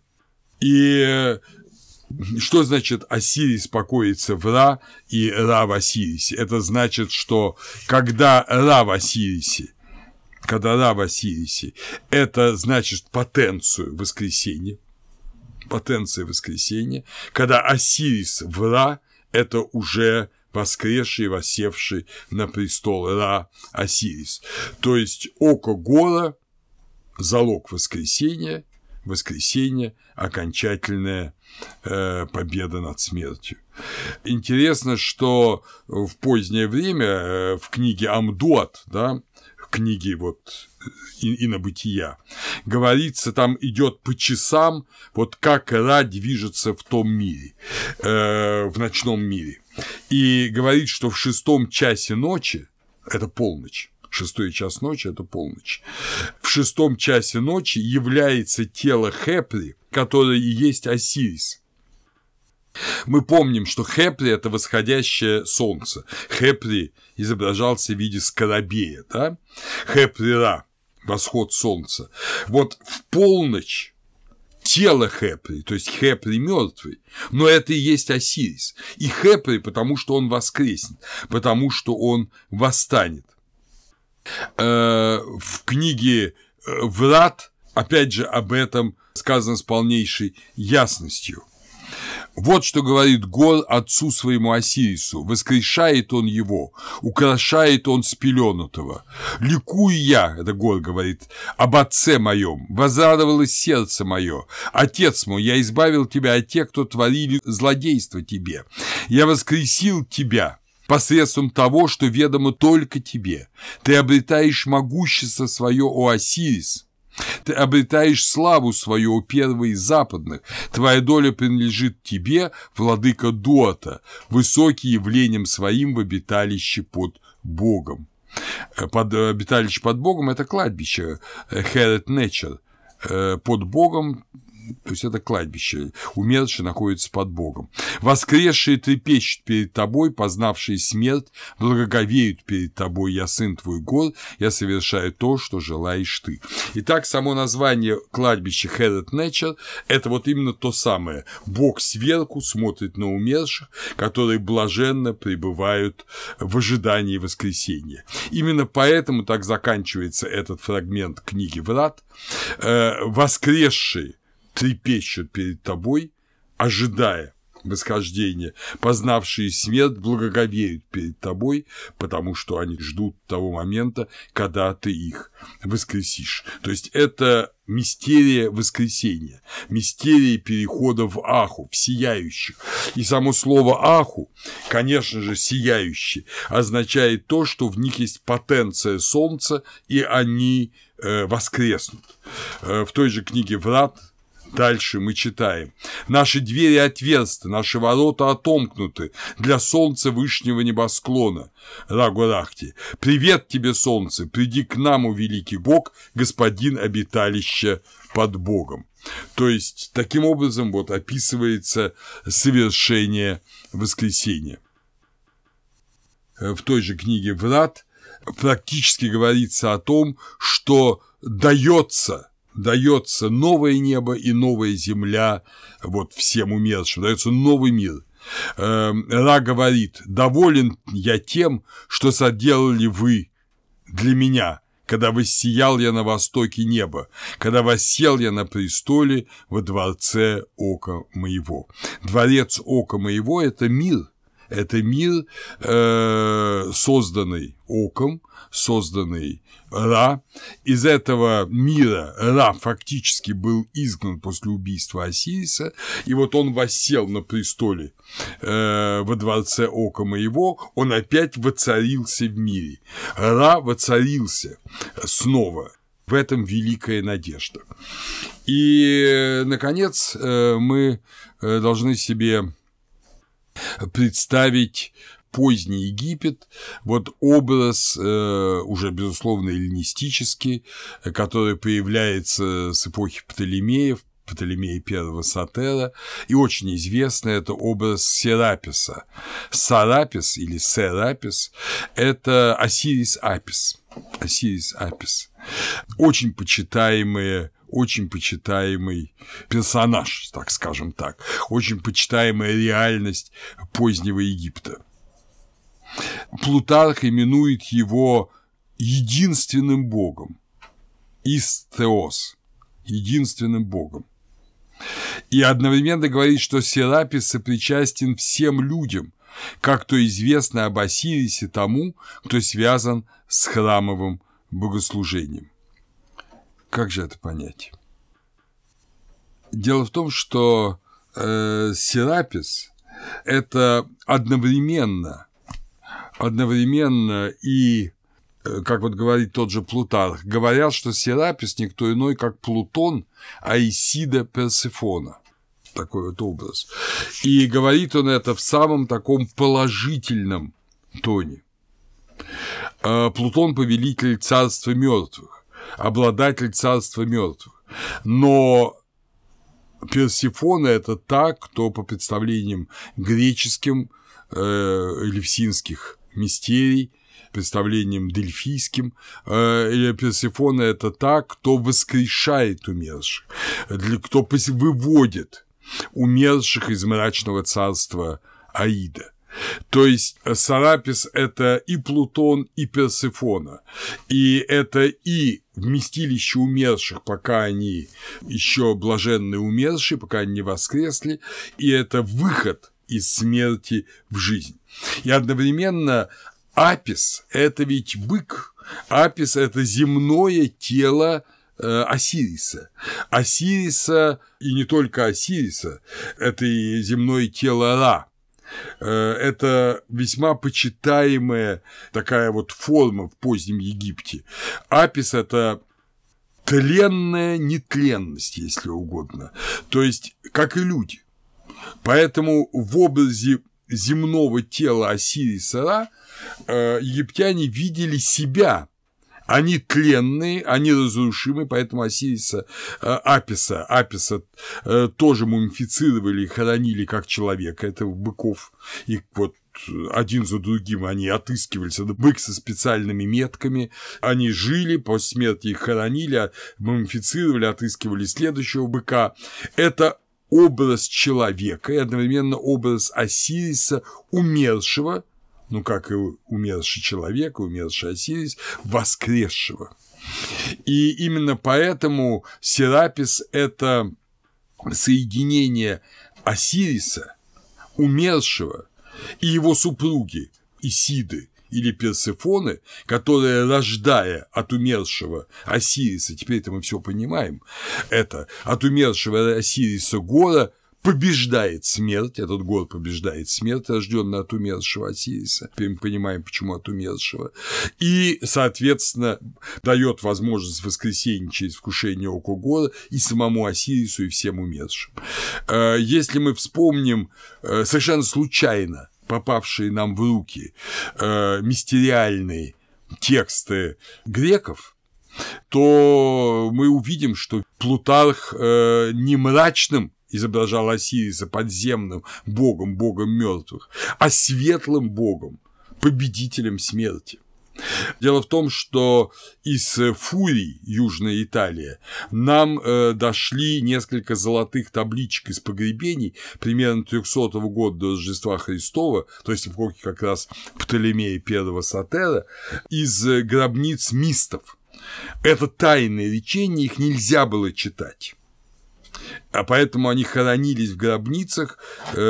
И что значит Осирис покоится в Ра и Ра в Осирисе? Это значит, что когда Ра в Осирисе, когда Ра в Осирисе, это значит потенцию воскресения, потенция воскресения, когда Осирис в Ра, это уже воскресший, воссевший на престол Ра Осирис. То есть око Гора – залог воскресения, воскресение, окончательная э, победа над смертью. Интересно, что в позднее время э, в книге Амдуат, да, в книге вот Инобытия, говорится, там идет по часам, вот как Ра движется в том мире, э, в ночном мире, и говорит, что в шестом часе ночи, это полночь, шестой час ночи – это полночь. В шестом часе ночи является тело Хепри, которое и есть Осирис. Мы помним, что Хепри – это восходящее солнце. Хепри изображался в виде скоробея, да? Хепри-Ра – восход солнца. Вот в полночь тело Хепри, то есть Хепри мертвый, но это и есть Осирис. И Хепри, потому что он воскреснет, потому что он восстанет. В книге Врат, опять же, об этом сказано с полнейшей ясностью. Вот что говорит Гор отцу своему Осирису: воскрешает он его, украшает он спеленутого. Ликую я, это Гор говорит, об отце моем, возрадовалось сердце мое. Отец мой, я избавил тебя от тех, кто творили злодейство тебе. Я воскресил тебя. посредством того, что ведомо только тебе. Ты обретаешь могущество свое, о Осирис. Ты обретаешь славу свою, о первый из западных. Твоя доля принадлежит тебе, владыка Дуата, высокий явлением своим в обиталище под Богом. Под обиталище под Богом – это кладбище, Херет Нечер, под Богом. То есть это кладбище, умершие находятся под Богом. Воскресшие трепещут перед тобой, познавшие смерть, благоговеют перед тобой, я сын твой гор, я совершаю то, что желаешь ты. Итак, само название кладбища Херет Нечер – это вот именно то самое. Бог сверху смотрит на умерших, которые блаженно пребывают в ожидании воскресения. Именно поэтому так заканчивается этот фрагмент книги Врат. Воскресшие трепещут перед тобой, ожидая восхождения, познавшие смерть благоговеют перед тобой, потому что они ждут того момента, когда ты их воскресишь. То есть это мистерия воскресения, мистерия перехода в Аху, в сияющих. И само слово Аху, конечно же, сияющий, означает то, что в них есть потенция солнца, и они э, воскреснут. Э, в той же книге Врат дальше мы читаем: «Наши двери отверсты, наши ворота отомкнуты для солнца вышнего небосклона, Рагурахти. Привет тебе, солнце, приди к нам, о великий Бог, господин обиталища под Богом». То есть, таким образом, вот описывается совершение воскресения. В той же книге Врат практически говорится о том, что дается дается новое небо и новая земля вот всем умершим, дается новый мир. Ра говорит: «Доволен я тем, что соделали вы для меня, когда воссиял я на востоке неба, когда воссел я на престоле во дворце ока моего». Дворец ока моего – это мир. Это мир, э, созданный оком, созданный Ра. Из этого мира Ра фактически был изгнан после убийства Осириса, и вот он воссел на престоле э, во дворце ока моего, он опять воцарился в мире. Ра воцарился снова. В этом великая надежда. И, наконец, мы должны себе представить поздний Египет, вот образ э, уже, безусловно, эллинистический, который появляется с эпохи Птолемеев, Птолемея I Сатера, и очень известный это образ Сераписа. Сарапис или Серапис – это Осирис Апис. Осирис Апис. Очень почитаемые очень почитаемый персонаж, так скажем так, очень почитаемая реальность позднего Египта. Плутарх именует его единственным богом, Истеос, единственным богом. И одновременно говорит, что Серапис сопричастен всем людям, как то известно об Осирисе тому, кто связан с храмовым богослужением. Как же это понять? Дело в том, что э, Серапис – это одновременно, одновременно и, э, как вот говорит тот же Плутарх, говорят, что Серапис никто иной, как Плутон, Аисида Персефона. Такой вот образ. И говорит он это в самом таком положительном тоне. Э, Плутон – повелитель царства мертвых, обладатель царства мертвых. Но Персефона – это та, кто по представлениям греческим, э, элевсинских мистерий, представлениям дельфийским, э, Персефона – это та, кто воскрешает умерших, кто выводит умерших из мрачного царства Аида. То есть Серапис – это и Плутон, и Персефона, и это и вместилище умерших, пока они еще блаженные умершие, пока они не воскресли, и это выход из смерти в жизнь. И одновременно Апис – это ведь бык, Апис – это земное тело Осириса. Осириса, и не только Осириса, это и земное тело Ра. Это весьма почитаемая такая вот форма в позднем Египте. Апис – это тленная нетленность, если угодно, то есть как и люди. Поэтому в образе земного тела Осириса-Ра египтяне видели себя. Они тленные, они разрушимы, поэтому Осириса Аписа, Аписа тоже мумифицировали и хоронили как человека, это быков, и вот один за другим они отыскивались, это бык со специальными метками, они жили, после смерти их хоронили, мумифицировали, отыскивали следующего быка. Это образ человека и одновременно образ Осириса, умершего, ну, как и умерший человек, умерший Осирис, воскресшего. И именно поэтому Серапис – это соединение Осириса, умершего, и его супруги Исиды или Персефоны, которая, рождая от умершего Осириса, теперь-то мы все понимаем, это от умершего Осириса Гора побеждает смерть, этот Гор побеждает смерть, рожденный от умершего Осириса, теперь мы понимаем, почему от умершего, и, соответственно, дает возможность воскресения через вкушение ока Гора и самому Осирису, и всем умершим. Если мы вспомним совершенно случайно попавшие нам в руки мистериальные тексты греков, то мы увидим, что Плутарх не мрачным изображал Осириса подземным богом, богом мертвых, а светлым богом, победителем смерти. Дело в том, что из Фурий, Южная Италия, нам э, дошли несколько золотых табличек из погребений примерно трехсотого года до Рождества Христова, то есть эпохи как раз Птолемея I Сотера, из гробниц мистов. Это тайные речения, их нельзя было читать. А поэтому они хоронились в гробницах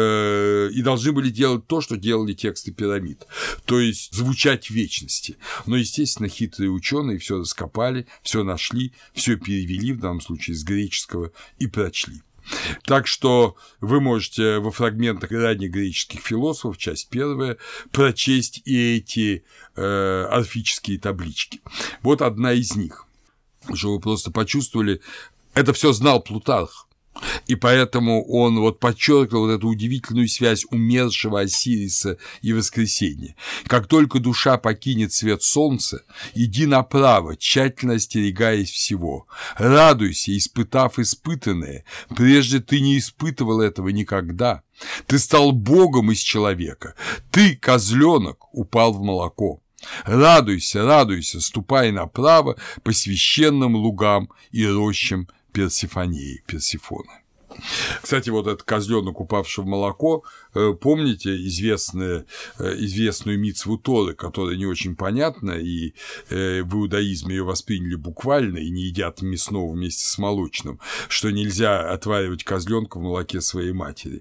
э, и должны были делать то, что делали тексты пирамид, то есть звучать в вечности. Но, естественно, хитрые ученые все раскопали, все нашли, все перевели, в данном случае с греческого, и прочли. Так что вы можете во фрагментах ранних греческих философов, часть первая, прочесть и эти э, орфические таблички. Вот одна из них, чтобы вы просто почувствовали, это все знал Плутарх. И поэтому он вот подчеркивал вот эту удивительную связь умершего Осириса и воскресения. Как только душа покинет свет солнца, иди направо, тщательно остерегаясь всего. Радуйся, испытав испытанное. Прежде ты не испытывал этого никогда. Ты стал богом из человека. Ты, козленок, упал в молоко. Радуйся, радуйся, ступай направо по священным лугам и рощам Персифонеи, Персифоны. Кстати, вот этот козленок, упавший в молоко, помните известную, известную мицву Торы, которая не очень понятна, и в иудаизме ее восприняли буквально, и не едят мясного вместе с молочным, что нельзя отваривать козленка в молоке своей матери.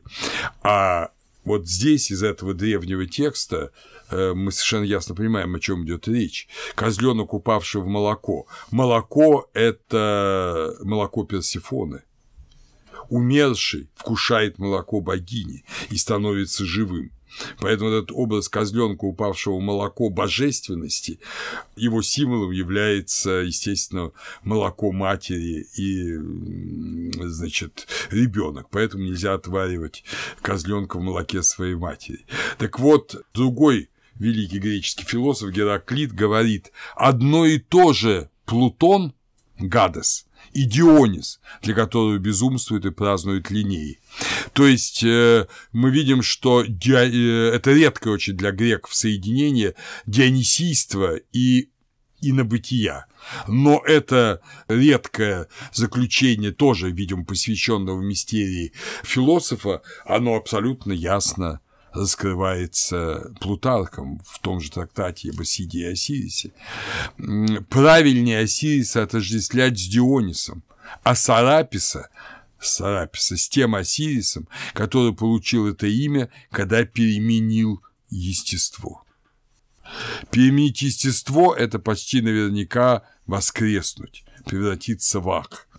А вот здесь из этого древнего текста мы совершенно ясно понимаем, о чем идет речь. Козленок, упавший в молоко. Молоко – это молоко Персефоны. Умерший вкушает молоко богини и становится живым. Поэтому этот образ козленка, упавшего в молоко божественности, его символом является, естественно, молоко матери и, значит, ребенок. Поэтому нельзя отваривать козленка в молоке своей матери. Так вот, другой великий греческий философ Гераклит говорит: одно и то же Плутон, Гадес, и Дионис, для которого безумствует и празднует Линеи. То есть мы видим, что это редкое очень для греков соединение дионисийства и инобытия. Но это редкое заключение, тоже, видимо, посвященного мистерии философа, оно абсолютно ясно раскрывается Плутархом в том же трактате об Исиде и Осирисе. Правильнее Осириса отождествлять с Дионисом, а Сараписа, Сараписа с тем Осирисом, который получил это имя, когда переменил естество. Переменить естество – это почти наверняка воскреснуть, превратиться в ак.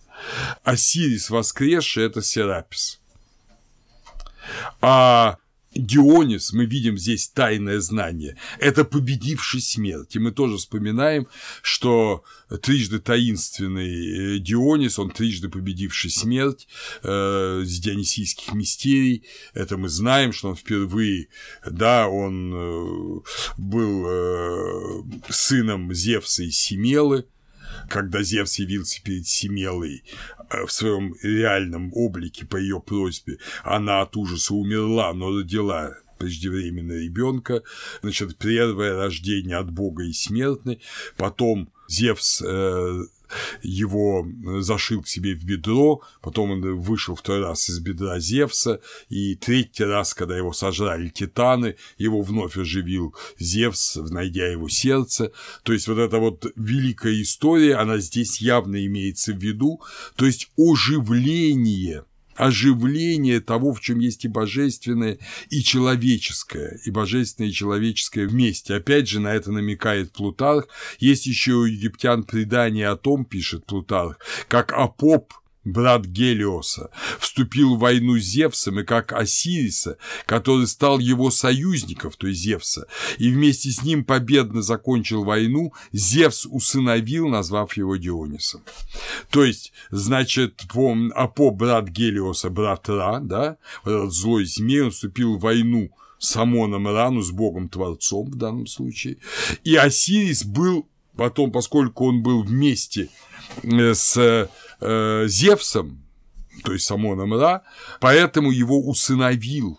Осирис воскресший – это Серапис. А Дионис, мы видим здесь тайное знание, это победивший смерть. И мы тоже вспоминаем, что трижды таинственный Дионис, он трижды победивший смерть э, с дионисийских мистерий. Это мы знаем, что он впервые, да, он э, был э, сыном Зевса и Семелы. Когда Зевс явился перед Семелой в своем реальном облике по ее просьбе, она от ужаса умерла, но родила преждевременно ребенка. Значит, первое рождение от Бога и смертный. Потом Зевс э, его зашил к себе в бедро, потом он вышел второй раз из бедра Зевса, и третий раз, когда его сожрали титаны, его вновь оживил Зевс, найдя его сердце. То есть вот эта вот великая история, она здесь явно имеется в виду, то есть оживление, оживление того, в чем есть и божественное, и человеческое, и божественное, и человеческое вместе. Опять же, на это намекает Плутарх. Есть еще у египтян предание о том, пишет Плутарх, как Апоп, брат Гелиоса, вступил в войну с Зевсом, и как Осириса, который стал его союзником, то есть Зевса, и вместе с ним победно закончил войну, Зевс усыновил, назвав его Дионисом. То есть, значит, Апоп, брат Гелиоса, брат Ра, да, вот этот злой змей, он вступил в войну с Амоном Рану, с Богом-творцом в данном случае, и Осирис был потом, поскольку он был вместе с э, Зевсом, то есть с Амоном Ра, поэтому его усыновил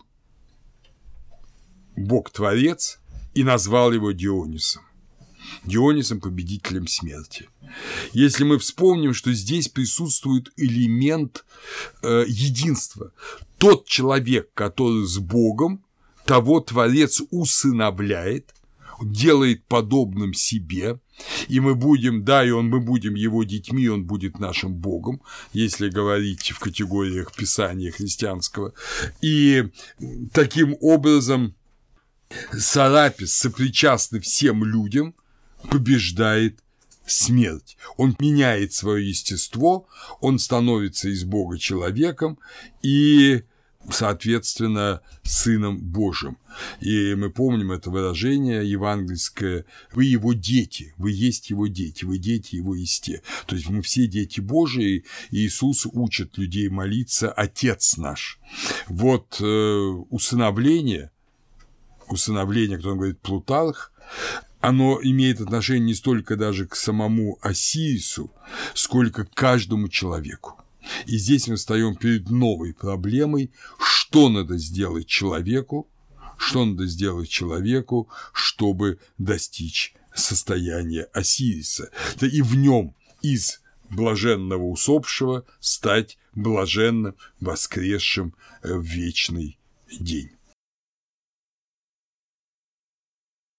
Бог-творец и назвал его Дионисом. Дионисом, победителем смерти. Если мы вспомним, что здесь присутствует элемент э, единства. Тот человек, который с Богом, того Творец усыновляет, делает подобным себе, и мы будем, да, и он, мы будем его детьми, он будет нашим Богом, если говорить в категориях Писания христианского. И таким образом Сарапис, сопричастный всем людям, побеждает смерть. Он меняет свое естество, он становится из Бога человеком и, соответственно, Сыном Божьим. И мы помним это выражение евангельское: «Вы его дети, вы есть его дети, вы дети его есте». То есть мы все дети Божии, и Иисус учит людей молиться «Отец наш». Вот э, усыновление, усыновление, кто он говорит, Плутарх, оно имеет отношение не столько даже к самому Осирису, сколько к каждому человеку. И здесь мы встаем перед новой проблемой, что надо сделать человеку, что надо сделать человеку, чтобы достичь состояния Осириса. И в нем из блаженного усопшего стать блаженным воскресшим в вечный день.